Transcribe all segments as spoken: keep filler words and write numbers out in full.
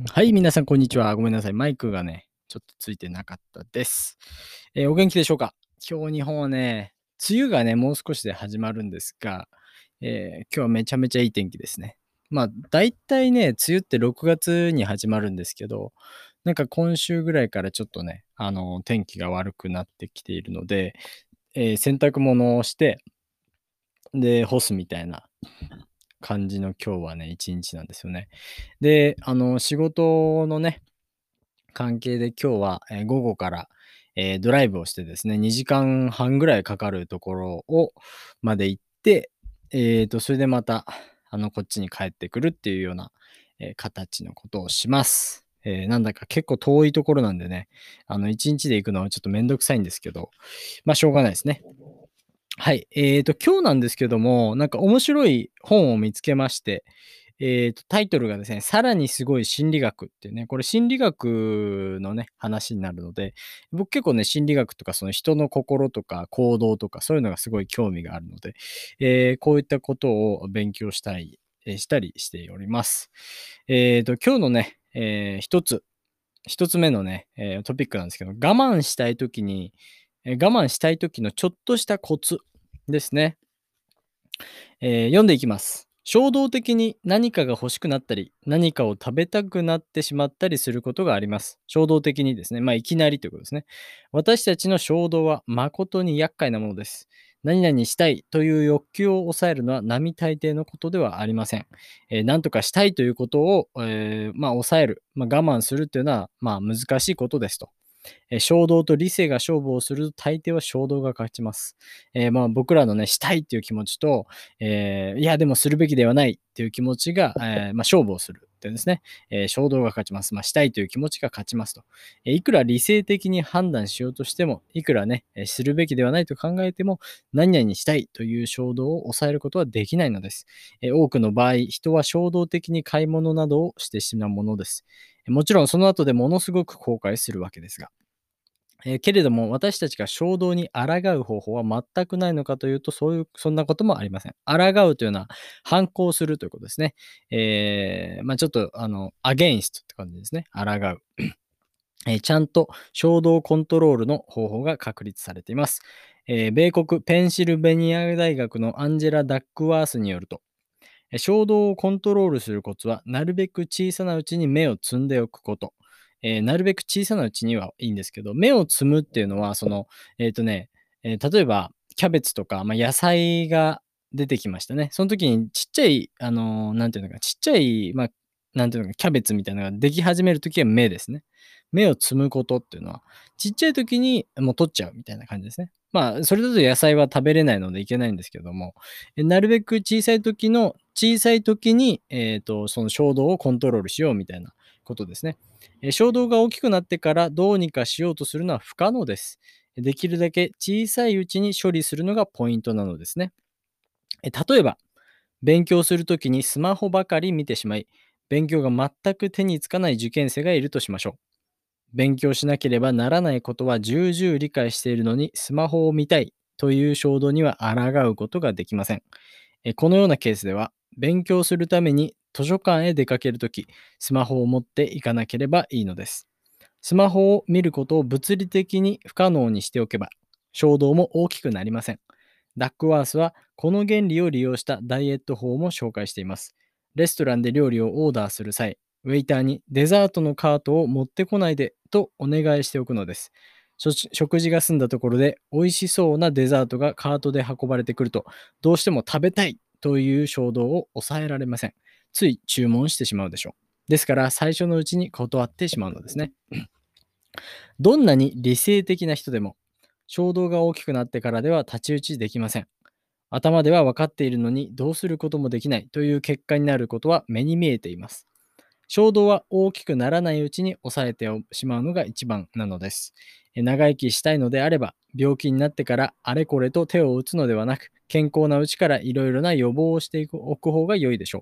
はい、皆さんこんにちは。ごめんなさい。マイクがね、ちょっとついてなかったです。えーお元気でしょうか？今日日本はね、梅雨がね、もう少しで始まるんですが、えー今日はめちゃめちゃいい天気ですね。まあ、だいたいね、梅雨ってろくがつに始まるんですけど、なんか今週ぐらいからちょっとね、あの、天気が悪くなってきているので、えー洗濯物をして、で、干すみたいな感じの今日はね、一日なんですよね。で、あの、仕事のね、関係で今日は、えー午後から、えードライブをしてですね、にじかんはんぐらいかかるところをまで行って、えーと、それでまた、あの、こっちに帰ってくるっていうような、えー形のことをします。えーなんだか結構遠いところなんでね、あの、いちにちで行くのはちょっとめんどくさいんですけど、まあ、しょうがないですね。はい。えーと、今日なんですけども、なんか面白い本を見つけまして、えーと、タイトルがですね、さらにすごい心理学っていうね、これ心理学のね、話になるので、僕結構ね、心理学とかその人の心とか行動とかそういうのがすごい興味があるので、えーこういったことを勉強したい、えーしたりしております。えーと、今日のね、えー一つ、一つ目のね、えートピックなんですけど、我慢したいときに、えー我慢したいときのちょっとしたコツですね。えー読んでいきます。衝動的に何かが欲しくなったり、何かを食べたくなってしまったりすることがあります。衝動的にですね。まあ、いきなりということですね。私たちの衝動は誠に厄介なものです。何々したいという欲求を抑えるのは並大抵のことではありません。えー、何とかしたいということを、えーまあ、抑える、まあ、我慢するというのは、まあ、難しいことですと。えー衝動と理性が勝負をすると大抵は衝動が勝ちます。えーまあ僕らのね、したいっていう気持ちと、えーいや、でもするべきではないっていう気持ちが、えーまあ、勝負をするっていうんですね。えー衝動が勝ちます。まあ、したいという気持ちが勝ちますと。えーいくら理性的に判断しようとしても、いくらね、えーするべきではないと考えても、何々したいという衝動を抑えることはできないのです。えー多くの場合、人は衝動的に買い物などをしてしまうものです。もちろんその後でものすごく後悔するわけですが。えーけれども、私たちが衝動に抗う方法は全くないのかというと、そういう、そんなこともありません。抗うというのは、反抗するということですね。えーまあちょっと、あの、アゲインストって感じですね。抗う。えーちゃんと衝動コントロールの方法が確立されています。えー米国ペンシルベニア大学のアンジェラ・ダックワースによると、え衝動をコントロールするコツは、なるべく小さなうちに目をつんでおくこと。えーなるべく小さなうちにはいいんですけど、目をつむっていうのは、その、えっ、とね、えー例えば、キャベツとか、まあ、野菜が出てきましたね。その時にちっちゃい、あのーなんていうのか、ちっちゃい、まあ、なんていうのか、キャベツみたいなのができ始める時は目ですね。目をつむことっていうのは、ちっちゃい時にもう取っちゃうみたいな感じですね。まあ、それだと野菜は食べれないのでいけないんですけども、えなるべく小さい時の、小さい時に、えっ、と、その衝動をコントロールしようみたいなことですね。え衝動が大きくなってからどうにかしようとするのは不可能です。できるだけ小さいうちに処理するのがポイントなのですね。え例えば、勉強するときにスマホばかり見てしまい、勉強が全く手につかない受験生がいるとしましょう。勉強しなければならないことは重々理解しているのに、スマホを見たいという衝動には抗うことができません。えこのようなケースでは、勉強するために図書館へ出かけるとき、スマホを持っていかなければいいのです。スマホを見ることを物理的に不可能にしておけば、衝動も大きくなりません。ダックワースはこの原理を利用したダイエット法も紹介しています。レストランで料理をオーダーする際、ウェイターにデザートのカートを持ってこないでとお願いしておくのです。食事が済んだところで美味しそうなデザートがカートで運ばれてくると、どうしても食べたいという衝動を抑えられません。つい注文してしまうでしょう。ですから最初のうちに断ってしまうのですね。どんなに理性的な人でも、衝動が大きくなってからでは太刀打ちできません。頭では分かっているのにどうすることもできないという結果になることは目に見えています。衝動は大きくならないうちに抑えてしまうのが一番なのです。長生きしたいのであれば、病気になってからあれこれと手を打つのではなく、健康なうちからいろいろな予防をしておく方が良いでしょう。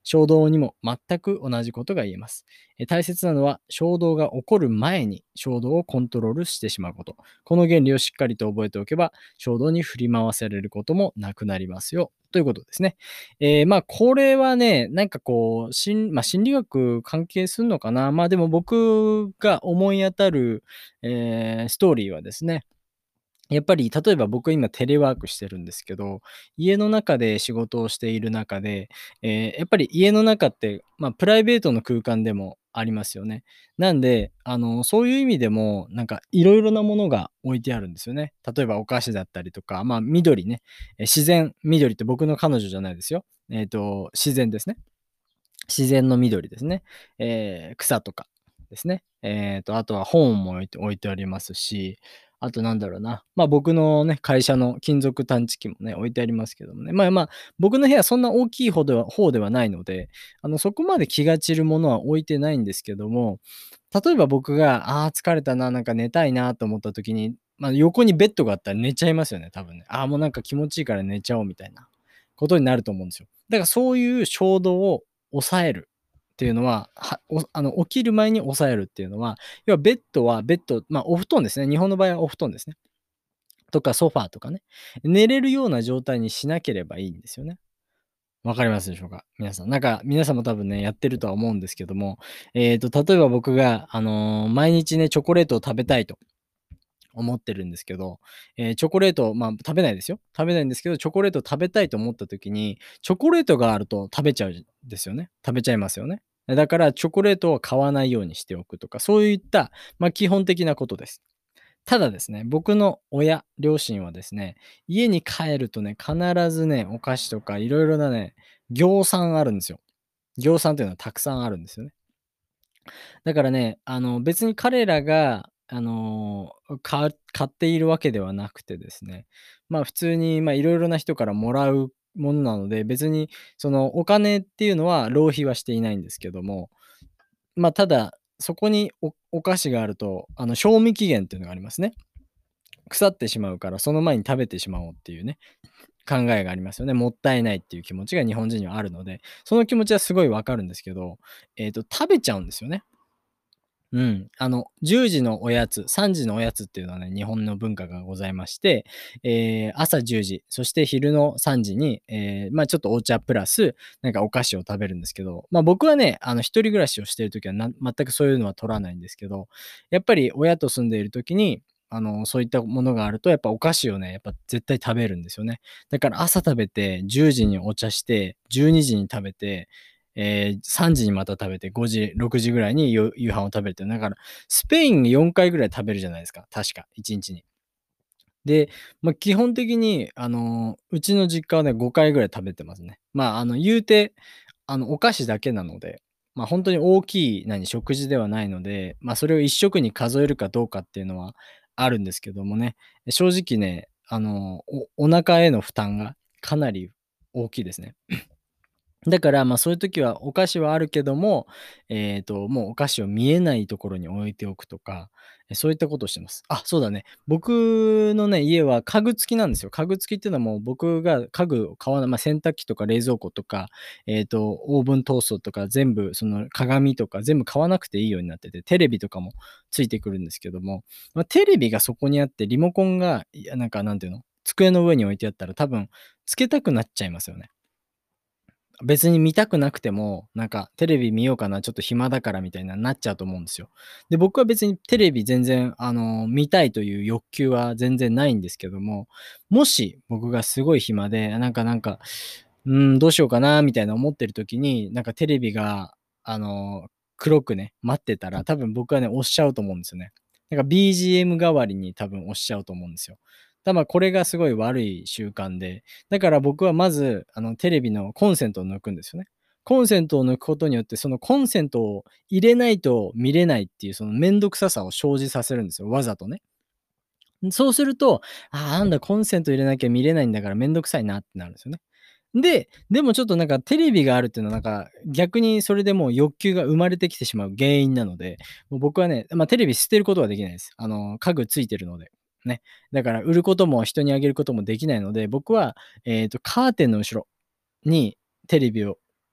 衝動にも全く同じことが言えます。え大切なのは衝動が起こる前に衝動をコントロールしてしまうこと。この原理をしっかりと覚えておけば衝動に振り回されることもなくなりますよ。ということですね。えー、まあこれはね、なんかこう、心まあ、心理学関係するのかな。まあでも僕が思い当たる、えーストーリーはですね、やっぱり例えば僕今テレワークしてるんですけど、家の中で仕事をしている中で、えーやっぱり家の中って、まあ、プライベートの空間でもありますよね。なんで、あの、そういう意味でも、なんかいろいろなものが置いてあるんですよね。例えばお菓子だったりとか、まあ緑ね、え、自然、緑って僕の彼女じゃないですよ。えっと、自然ですね。自然の緑ですね。えー草とかですね。えっと、あとは本も置いて置いてありますし、あとなんだろうな、ま、僕のね、会社の金属探知機もね、置いてありますけどもね。まあまあ、僕の部屋そんな大きい方では方ではないので、あの、そこまで気が散るものは置いてないんですけども、例えば僕が、ああ、疲れたな、なんか寝たいなと思った時に、ま、横にベッドがあったら寝ちゃいますよね、多分ね。ああ、もうなんか気持ちいいから寝ちゃおうみたいなことになると思うんですよ。だからそういう衝動を抑えるっていうのは、はおあの、起きる前に抑えるっていうのは、要はベッドはベッド、まあ、お布団ですね。日本の場合はお布団ですね。とかソファーとかね。寝れるような状態にしなければいいんですよね。わかりますでしょうか？皆さん。なんか、皆さんも多分ね、やってるとは思うんですけども、えっと、例えば僕が、あの、毎日ね、チョコレートを食べたいと思ってるんですけど、えーチョコレート、まあ、食べないですよ。食べないんですけど、チョコレートを食べたいと思った時に、チョコレートがあると食べちゃうんですよね。食べちゃいますよね。だからチョコレートを買わないようにしておくとか、そういった、まあ、基本的なことです。ただですね、僕の親、両親はですね、家に帰るとね、必ずね、お菓子とかいろいろなね、業産あるんですよ。業産というのはたくさんあるんですよね。だからね、あの、別に彼らが、あの、か買っているわけではなくてですね、まあ、普通に、ま、いろいろな人からもらうものなので、別にそのお金っていうのは浪費はしていないんですけども、ま、ただ、そこにおお菓子があると、あの、賞味期限っていうのがありますね。腐ってしまうから、その前に食べてしまおうっていうね、考えがありますよね。もったいないっていう気持ちが日本人にはあるので、その気持ちはすごいわかるんですけど、えっと、食べちゃうんですよね。うん。あの、じゅうじのおやつ、さんじのおやつっていうのはね、日本の文化がございまして、えー朝じゅうじ、そして昼のさんじに、えーまあ、ちょっとお茶プラス、なんかお菓子を食べるんですけど、まあ、僕はね、あの、一人暮らしをしている時はな全くそういうのは取らないんですけど、やっぱり親と住んでいる時に、あの、そういったものがあると、やっぱお菓子をね、やっぱ絶対食べるんですよね。だから朝食べて、じゅうじにお茶して、じゅうにじに食べて、えー、さんじにまた食べて、ごじ、ろくじぐらいに夕夕飯を食べるっていう、だから、スペインよんかいぐらい食べるじゃないですか、確か、いちにちにちに。で、まあ、基本的に、あの、うちの実家はね、ごかいぐらい食べてますね。まあ、あの、言うて、あの、お菓子だけなので、まあ、本当に大きい、何、食事ではないので、まあ、それを一食に数えるかどうかっていうのはあるんですけどもね、正直ね、あの、おお腹への負担がかなり大きいですね。だから、ま、そういう時はお菓子はあるけども、えっと、もうお菓子を見えないところに置いておくとか、え、そういったことをしてます。あ、そうだね。僕のね、家は家具付きなんですよ。家具付きっていうのはもう僕が家具を買わない、ま、洗濯機とか冷蔵庫とか、えっと、オーブントーストとか全部その鏡とか全部買わなくていいようになってて、テレビとかもついてくるんですけども、ま、テレビがそこにあってリモコンが、いや、なんかなんていうの、机の上に置いてあったら多分つけたくなっちゃいますよね。別に見たくなくても、なんかテレビ見ようかな、ちょっと暇だからみたいななっちゃうと思うんですよ。で、僕は別にテレビ全然、あの、見たいという欲求は全然ないんですけども、もし僕がすごい暇で、なんかなんか、うーん、どうしようかなみたいな思ってる時に、なんかテレビが、あの、黒くね、待ってたら、多分僕はね、押しちゃうと思うんですよね。なんか ビージーエム 代わりに多分押しちゃうと思うんですよ。た、ま、これがすごい悪い習慣で、だから僕はまず、あの、テレビのコンセントを抜くんですよね。コンセントを抜くことによって、そのコンセントを入れないと見れないっていう、そのめんどくささを生じさせるんですよ、わざとね。そうすると、ああ、なんだコンセント入れなきゃ見れないんだからめんどくさいなってなるんですよね。で、でもちょっとなんかテレビがあるっていうのはなんか、逆にそれでもう欲求が生まれてきてしまう原因なので、もう僕はね、ま、テレビ捨てることはできないです。あの、家具ついてるので、ね。だから売ることも人にあげることもできないので、僕は、えっと、カーテンの後ろにテレビを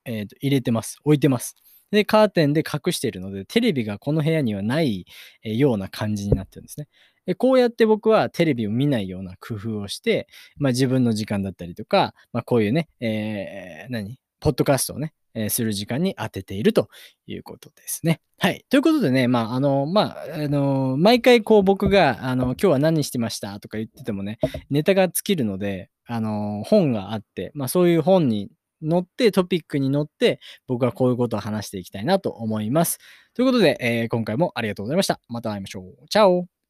えっと、入れてます。置いてます。で、カーテンで隠しているので、テレビがこの部屋にはない、えーような感じになってるんですね。で、こうやって僕はテレビを見ないような工夫をして、ま、自分の時間だったりとか、ま、こういうね、えー何、ポッドキャストをね、えーする時間に当てているということですね。はい。ということでね、まあ、あの、まあ、あの、毎回こう僕が、あの、今日は何してましたとか言っててもね、ネタが尽きるので、あの、本があって、ま、そういう本に乗って、トピックに乗って、僕はこういうことを話していきたいなと思います。ということで、えー今回もありがとうございました。また会いましょう。チャオ